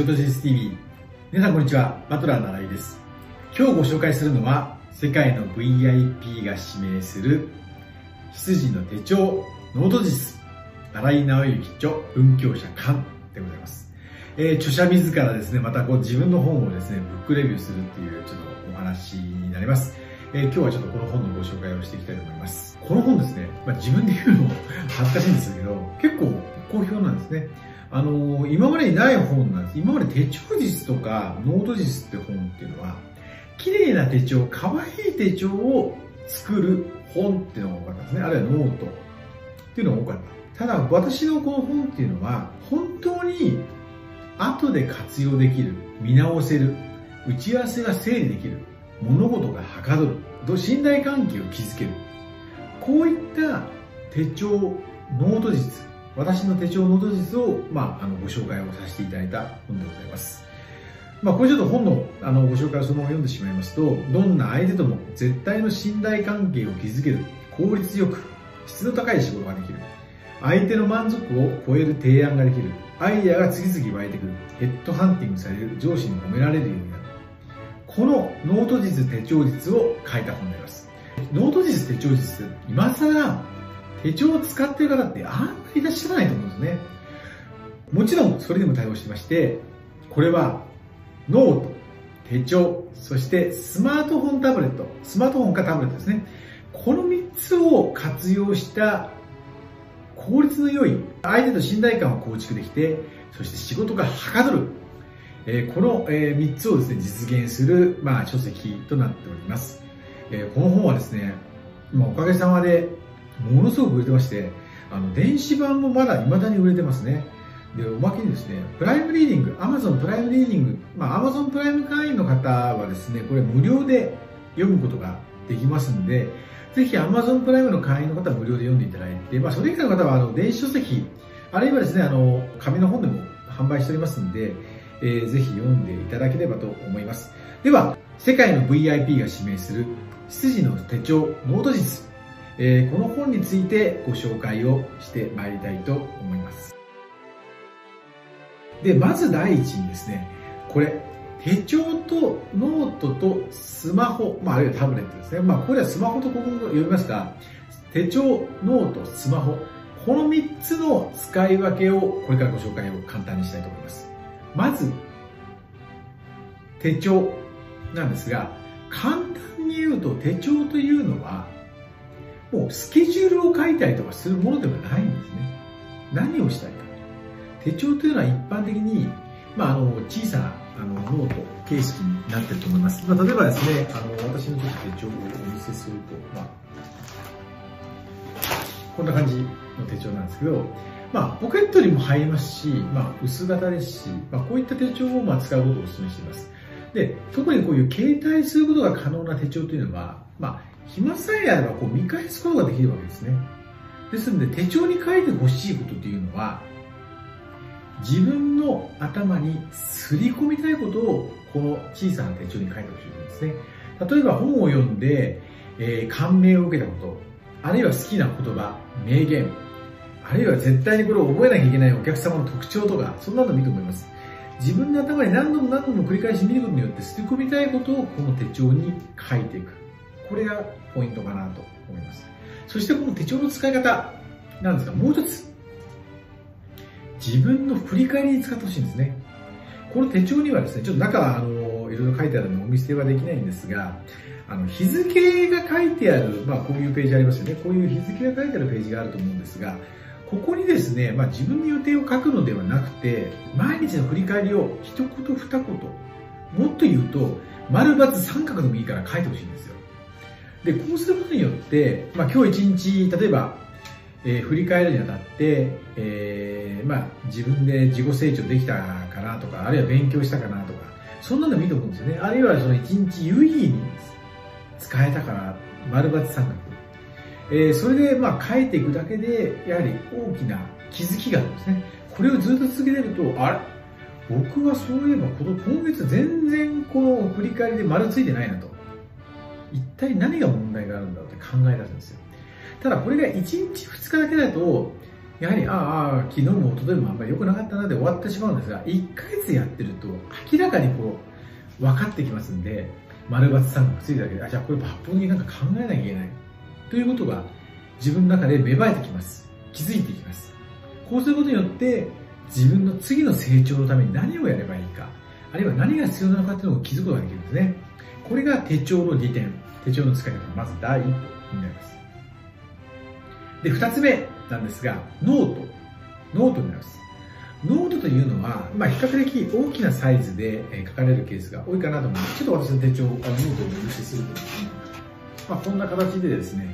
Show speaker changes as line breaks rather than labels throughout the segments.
仕事人生 TV。皆さんこんにちは、バトラーの新井です。今日ご紹介するのは、世界の VIP が指名する執事の手帳ノート術、新井直之著文教者刊でございます。著者自らですね、また自分の本をですね、ブックレビューするっていうちょっとお話になります。今日はちょっとこの本のご紹介をしていきたいと思います。この本ですね、自分で言うのも恥ずかしいんですけど、結構好評なんですね。今までにない本なんです。今まで手帳術とかノート術って本っていうのは、綺麗な手帳、可愛い手帳を作る本っていうのが多かったですね。あるいはノートっていうのが多かった。ただ私のこの本っていうのは、本当に後で活用できる、見直せる、打ち合わせが整理できる、物事がはかどる、信頼関係を築ける。こういった手帳、ノート術、私の手帳ノート術を、ご紹介をさせていただいた本でございます。これちょっと本のご紹介をそのまま読んでしまいますと、どんな相手とも絶対の信頼関係を築ける、効率よく、質の高い仕事ができる、相手の満足を超える提案ができる、アイデアが次々湧いてくる、ヘッドハンティングされる、上司に褒められるようになる。このノート術、手帳術を書いた本になります。ノート術、手帳術って、今更手帳を使っている方ってあんまりいらっしゃらないと思うんですね。もちろんそれでも対応してまして、これはノート、手帳、そしてスマートフォンタブレット、スマートフォンかタブレットですね。この3つを活用した効率の良い相手と信頼感を構築できて、そして仕事がはかどる。この3つをですね、実現する、書籍となっております。この本はですね、おかげさまでものすごく売れてまして、電子版もまだ未だに売れてますね。で、おまけにですね、プライムリーディング、Amazon プライムリーディング、Amazon プライム会員の方はですね、これ無料で読むことができますんで、ぜひ Amazon プライムの会員の方は無料で読んでいただいて、それ以外の方は電子書籍、あるいはですね、紙の本でも販売しておりますんで、ぜひ読んでいただければと思います。では、世界の VIP が指名する執事の手帳ノート術、この本についてご紹介をしてまいりたいと思います。で、まず第一にですね、これ、手帳とノートとスマホ、あるいはタブレットですね。これはスマホとここ読みますが、手帳、ノート、スマホ、この3つの使い分けをこれからご紹介を簡単にしたいと思います。まず、手帳なんですが、簡単に言うと手帳というのは、もうスケジュールを書いたりとかするものではないんですね。何をしたいか。手帳というのは一般的に、小さなノート形式になっていると思います。例えばですね、私の手帳をお見せすると、こんな感じの手帳なんですけど、ポケットにも入りますし、薄型ですし、こういった手帳を使うことをお勧めしています。で、特にこういう携帯することが可能な手帳というのは、暇さえあれば見返すことができるわけですね。ですので、手帳に書いてほしいことというのは、自分の頭に刷り込みたいことをこの小さな手帳に書いてほしいんですね。例えば本を読んで、感銘を受けたこと、あるいは好きな言葉、名言、あるいは絶対にこれを覚えなきゃいけないお客様の特徴とか、そんなのもいいと思います。自分の頭に何度も繰り返し見ることによって刷り込みたいことをこの手帳に書いていく。これがポイントかなと思います。そしてこの手帳の使い方なんですが、もう一つ。自分の振り返りに使ってほしいんですね。この手帳にはですね、ちょっと中はいろいろ書いてあるのでお見せはできないんですが、日付が書いてある、こういうページありますよね。こういう日付が書いてあるページがあると思うんですが、ここにですね、自分の予定を書くのではなくて、毎日の振り返りを一言二言、もっと言うと、丸×三角でもいいから書いてほしいんですよ。で、こうすることによって、今日一日、例えば、振り返るにあたって、自分で自己成長できたかなとか、あるいは勉強したかなとか、そんなのもいいと思うんですよね。あるいはその一日有意義に使えたから、丸×三角。それで書いていくだけで、やはり大きな気づきがあるんですね。これをずっと続けてると、僕はそういえば今月全然この振り返りで丸ついてないなと。一体何が問題があるんだろうって考え出すんですよ。ただこれが1日2日だけだと、 やはり、昨日も一昨日もあんまり良くなかったなで終わってしまうんですが、1ヶ月やってると明らかに分かってきますんで、丸×三角ついただけで、じゃあこれ抜本的になんか考えなきゃいけない。ということが自分の中で芽生えてきます。気づいていきます。こうすることによって、自分の次の成長のために何をやればいいか、あるいは何が必要なのかっていうのを気づくことができるんですね。これが手帳の利点、手帳の使い方のまず第一歩になります。で、二つ目なんですが、ノートになります。ノートというのは、比較的大きなサイズで書かれるケースが多いかなと思います。ちょっと私の手帳、ノートをお見せするとですね、こんな形でですね、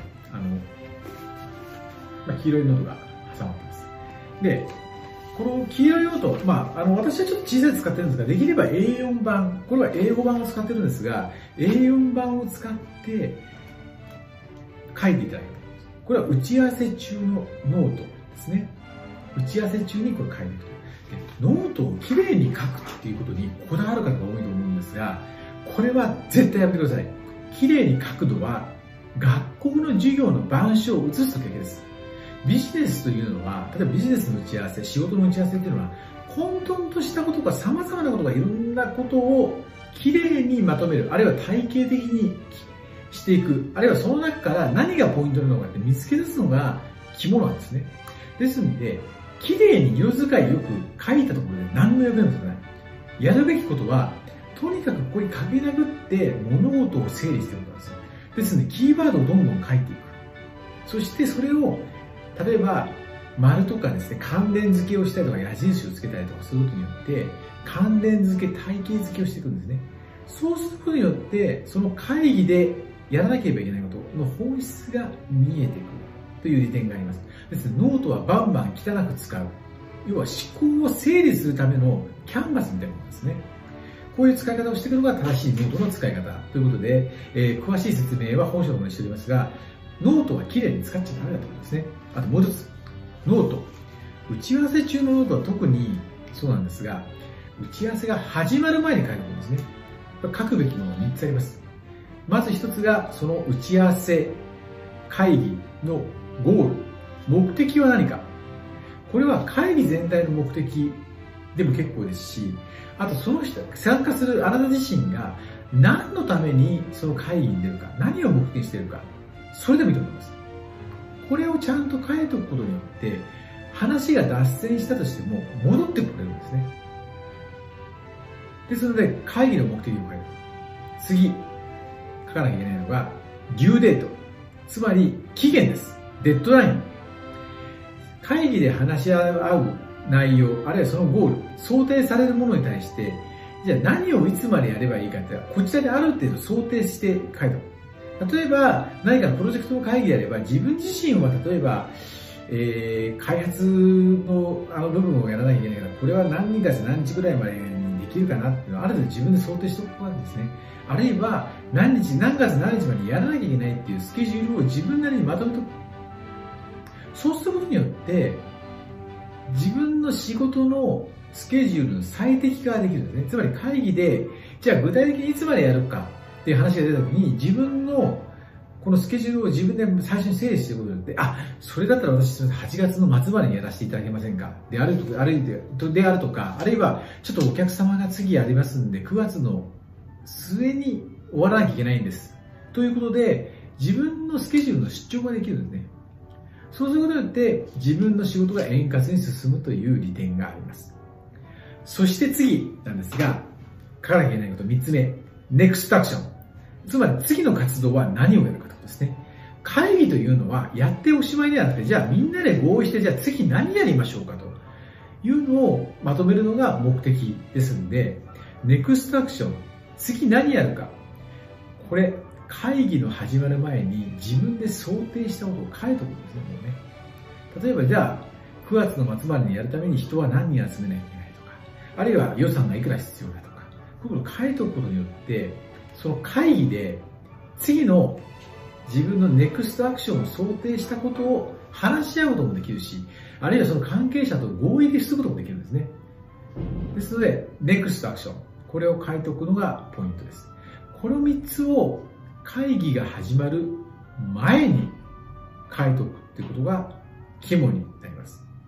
黄色いノートが挟まっています。で、この黄色いノート、私はちょっと小さい使ってるんですが、できれば A4 版、これは英語版を使ってるんですが、A4 版を使って書いていただきます。これは打ち合わせ中のノートですね。打ち合わせ中にこれ書いていくと。ノートをきれいに書くっていうことにこだわる方が多いと思うんですが、これは絶対やってください。きれいに書くのは学校の授業の板書を写すときだけです。ビジネスというのは、例えばビジネスの打ち合わせ、仕事の打ち合わせっていうのは、混沌としたことが様々なことがいろんなことをきれいにまとめる、あるいは体系的にしていく、あるいはその中から何がポイントなのかって見つけ出すのが肝なんですね。ですので、きれいに色使いよく書いたところで何の役にも立たない。やるべきことは、とにかくここに書き殴って物事を整理していくことなんですよ。ですので、キーワードをどんどん書いていく。そしてそれを、例えば、丸とかですね、関連付けをしたりとか矢印をつけたりとかすることによって、関連付け、体系付けをしていくんですね。そうすることによって、その会議でやらなければいけないことの本質が見えてくるという利点があります。ですので、ノートはバンバン汚く使う。要は思考を整理するためのキャンバスみたいなものですね。こういう使い方をしていくのが正しいノートの使い方ということで、詳しい説明は本書の方にしておりますが、ノートはきれいに使っちゃダメだと思うんですね。あともう一つ、ノート。打ち合わせ中のノートは特にそうなんですが、打ち合わせが始まる前に書いておくんですね。書くべきものが3つあります。まず1つが、その打ち合わせ、会議のゴール。目的は何か。これは会議全体の目的でも結構ですし、あとその人、参加するあなた自身が何のためにその会議に出るか、何を目的にしているか、それでもいいと思います。これをちゃんと書いておくことによって、話が脱線したとしても戻ってくれるんですね。ですので、会議の目的を書いておく。次、書かなきゃいけないのが、デューデート。つまり、期限です。デッドライン。会議で話し合う内容、あるいはそのゴール、想定されるものに対して、じゃあ何をいつまでやればいいかって、こちらである程度想定して書いておく。例えば、何かプロジェクトの会議であれば、自分自身は例えば、開発の部分をやらなきゃいけないから、これは何月何日ぐらいまでにできるかなっていうのをある程度自分で想定しておくわけですね。あるいは、何月何日までにやらなきゃいけないっていうスケジュールを自分なりにまとめておく。そうすることによって、自分の仕事のスケジュールの最適化ができるんですね。つまり会議で、じゃあ具体的にいつまでやるかっていう話が出たときに、自分のこのスケジュールを自分で最初に整理していくことによって、それだったら私8月の末までにやらせていただけませんかであるとか、あるいはちょっとお客様が次やりますんで、9月の末に終わらなきゃいけないんです。ということで、自分のスケジュールの出張ができるんですね。そうすることによって自分の仕事が円滑に進むという利点があります。そして次なんですが、書かなきゃいけないこと3つ目。ネクストアクション。つまり次の活動は何をやるかということですね。会議というのはやっておしまいではなくて、じゃあみんなで合意して、じゃあ次何やりましょうかというのをまとめるのが目的ですので、ネクストアクション。次何やるか。これ、会議の始まる前に自分で想定したことを書いておくんですね、もうね。例えばじゃあ、9月の末までにやるために人は何人集めなきゃいけないとか、あるいは予算がいくら必要だとか、こういうことを書いておくことによって、その会議で次の自分のネクストアクションを想定したことを話し合うこともできるし、あるいはその関係者と合意することもできるんですね。ですので、ネクストアクション。これを書いておくのがポイントです。この3つを会議が始まる前に書いておくということが肝になります。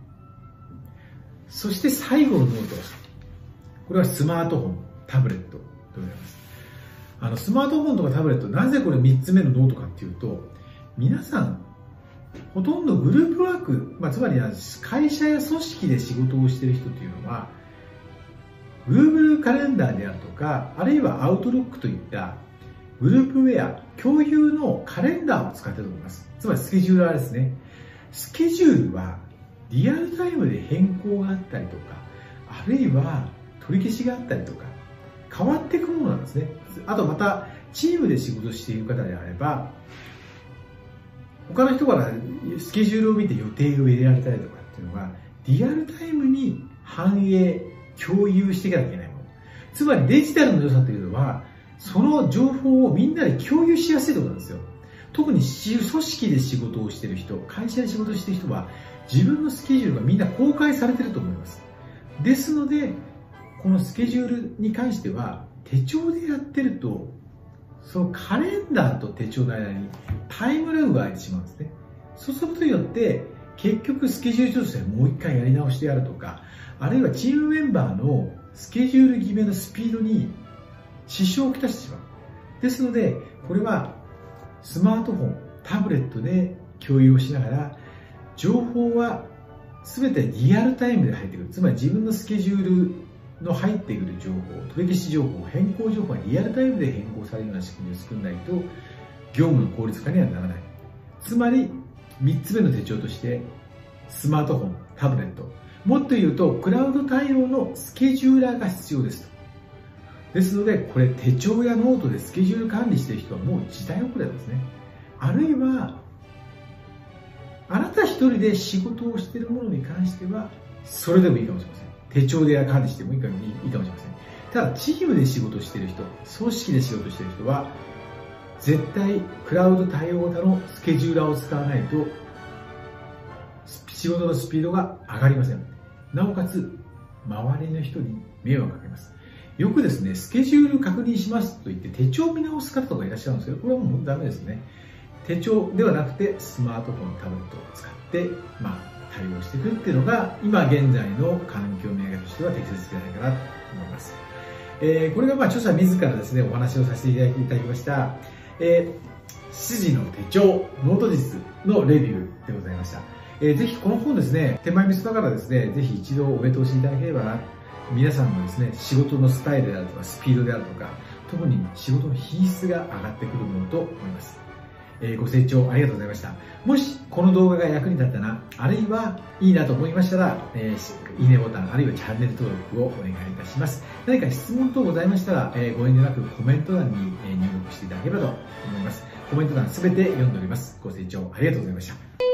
そして最後のノート。これはスマートフォン、タブレットでございます。スマートフォンとかタブレット、なぜこれ3つ目のノートかっていうと、皆さん、ほとんどグループワーク、つまり会社や組織で仕事をしている人というのは、Google カレンダーであるとか、あるいは Outlook といったグループウェア、共有のカレンダーを使っていると思います。つまりスケジューラーですね。スケジュールはリアルタイムで変更があったりとか、あるいは取り消しがあったりとか、変わっていくものなんですね。あとまた、チームで仕事している方であれば、他の人からスケジュールを見て予定を入れられたりとかっていうのが、リアルタイムに反映、共有していかなきゃいけないもの。つまりデジタルの良さというのは、その情報をみんなで共有しやすいところなんですよ。特に組織で仕事をしている人、会社で仕事をしている人は、自分のスケジュールがみんな公開されていると思います。ですので、このスケジュールに関しては、手帳でやってると、そのカレンダーと手帳の間にタイムラグが空いてしまうんですね。そうすることによって、結局スケジュール調整もう一回やり直してやるとか、あるいはチームメンバーのスケジュール決めのスピードに支障をきたしてしまう。ですので、これはスマートフォン、タブレットで共有をしながら、情報は全てリアルタイムで入ってくる。つまり自分のスケジュールの入ってくる情報、取り消し情報、変更情報がリアルタイムで変更されるような仕組みを作らないと、業務の効率化にはならない。つまり、3つ目の手帳として、スマートフォン、タブレット。もっと言うと、クラウド対応のスケジューラーが必要ですと。ですので、これ手帳やノートでスケジュール管理している人はもう時代遅れなんですね。あるいは、あなた一人で仕事をしているものに関しては、それでもいいかもしれません。手帳で管理してもいいかもしれません。ただ、チームで仕事をしている人、組織で仕事をしている人は、絶対クラウド対応型のスケジューラーを使わないと、仕事のスピードが上がりません。なおかつ、周りの人に迷惑をかけます。よくですね、スケジュール確認しますと言って手帳を見直す方とかいらっしゃるんですけど、これはもうダメですね。手帳ではなくてスマートフォン、タブレットを使って、対応していくっていうのが、今現在の環境のやり方としては適切じゃないかなと思います。これが著者自らですね、お話をさせていただきました、羊の手帳、ノート術のレビューでございました。ぜひこの本ですね、手前味噌だからですね、ぜひ一度お目通しいただければな。皆さんのですね、仕事のスタイルであるとか、スピードであるとか、特に仕事の品質が上がってくるものと思います。ご清聴ありがとうございました。もしこの動画が役に立ったな、あるいはいいなと思いましたら、いいねボタン、あるいはチャンネル登録をお願いいたします。何か質問等ございましたら、ご遠慮なくコメント欄に入力していただければと思います。コメント欄すべて読んでおります。ご清聴ありがとうございました。